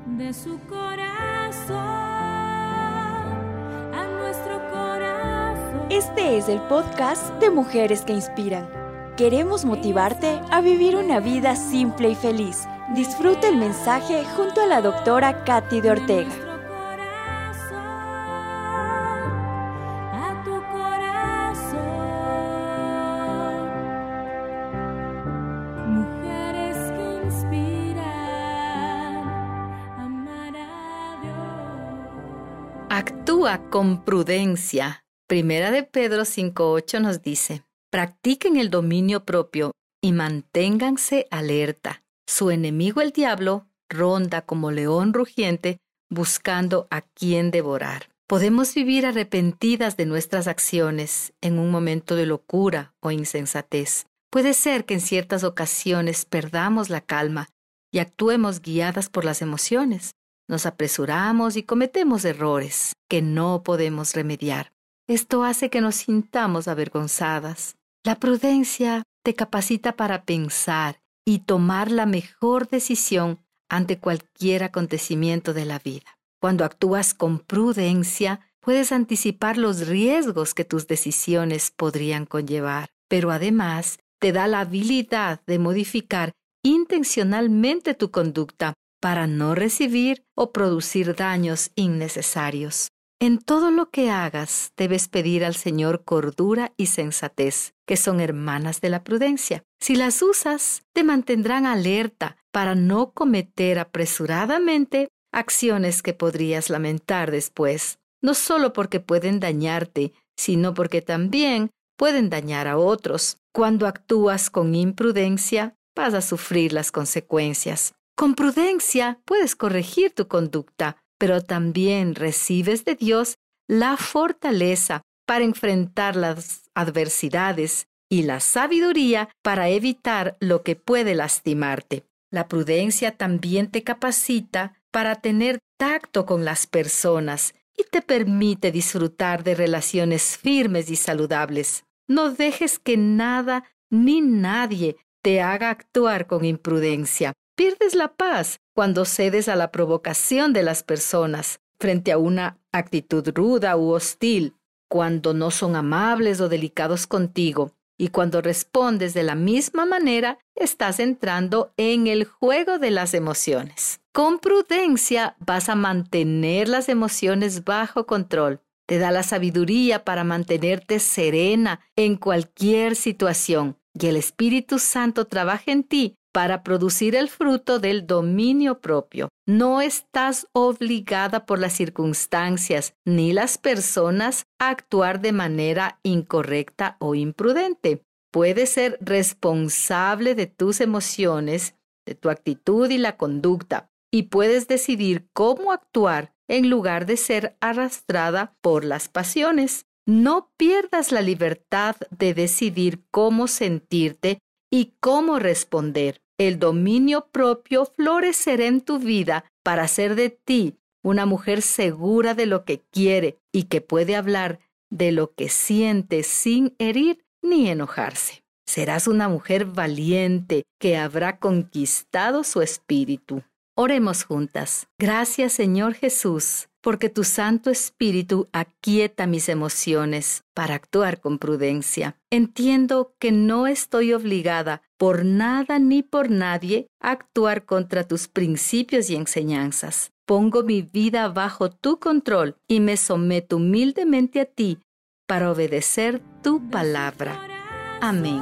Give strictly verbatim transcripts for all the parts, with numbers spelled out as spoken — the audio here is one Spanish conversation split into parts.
de su corazón a nuestro corazón. Este es el podcast de Mujeres que Inspiran. Queremos motivarte a vivir una vida simple y feliz. Disfruta el mensaje junto a la doctora Katy de Ortega. A tu corazón, mujeres que inspiran, amar a Dios. Actúa con prudencia. Primera de Pedro cinco ocho nos dice: practiquen el dominio propio y manténganse alerta. Su enemigo el diablo ronda como león rugiente buscando a quien devorar. Podemos vivir arrepentidas de nuestras acciones en un momento de locura o insensatez. Puede ser que en ciertas ocasiones perdamos la calma y actuemos guiadas por las emociones. Nos apresuramos y cometemos errores que no podemos remediar. Esto hace que nos sintamos avergonzadas. La prudencia te capacita para pensar y tomar la mejor decisión ante cualquier acontecimiento de la vida. Cuando actúas con prudencia, puedes anticipar los riesgos que tus decisiones podrían conllevar, pero además te da la habilidad de modificar intencionalmente tu conducta para no recibir o producir daños innecesarios. En todo lo que hagas, debes pedir al Señor cordura y sensatez, que son hermanas de la prudencia. Si las usas, te mantendrán alerta para no cometer apresuradamente acciones que podrías lamentar después, no solo porque pueden dañarte, sino porque también pueden dañar a otros. Cuando actúas con imprudencia, vas a sufrir las consecuencias. Con prudencia puedes corregir tu conducta, pero también recibes de Dios la fortaleza para enfrentar las adversidades y la sabiduría para evitar lo que puede lastimarte. La prudencia también te capacita para tener tacto con las personas y te permite disfrutar de relaciones firmes y saludables. No dejes que nada ni nadie te haga actuar con imprudencia. Pierdes la paz cuando cedes a la provocación de las personas frente a una actitud ruda u hostil, cuando no son amables o delicados contigo, y cuando respondes de la misma manera, estás entrando en el juego de las emociones. Con prudencia vas a mantener las emociones bajo control. Te da la sabiduría para mantenerte serena en cualquier situación, y el Espíritu Santo trabaja en ti para producir el fruto del dominio propio. No estás obligada por las circunstancias ni las personas a actuar de manera incorrecta o imprudente. Puedes ser responsable de tus emociones, de tu actitud y la conducta, y puedes decidir cómo actuar en lugar de ser arrastrada por las pasiones. No pierdas la libertad de decidir cómo sentirte y cómo responder. El dominio propio florecerá en tu vida para hacer de ti una mujer segura de lo que quiere y que puede hablar de lo que siente sin herir ni enojarse. Serás una mujer valiente que habrá conquistado su espíritu. Oremos juntas. Gracias, Señor Jesús, porque tu Santo Espíritu aquieta mis emociones para actuar con prudencia. Entiendo que no estoy obligada por nada ni por nadie a actuar contra tus principios y enseñanzas. Pongo mi vida bajo tu control y me someto humildemente a ti para obedecer tu palabra. Amén.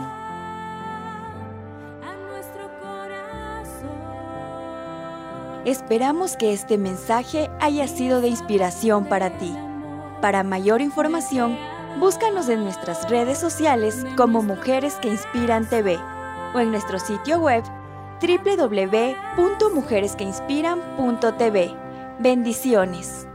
Esperamos que este mensaje haya sido de inspiración para ti. Para mayor información, búscanos en nuestras redes sociales como Mujeres que Inspiran T V o en nuestro sitio web doble u doble u doble u punto mujeres que inspiran punto t v. Bendiciones.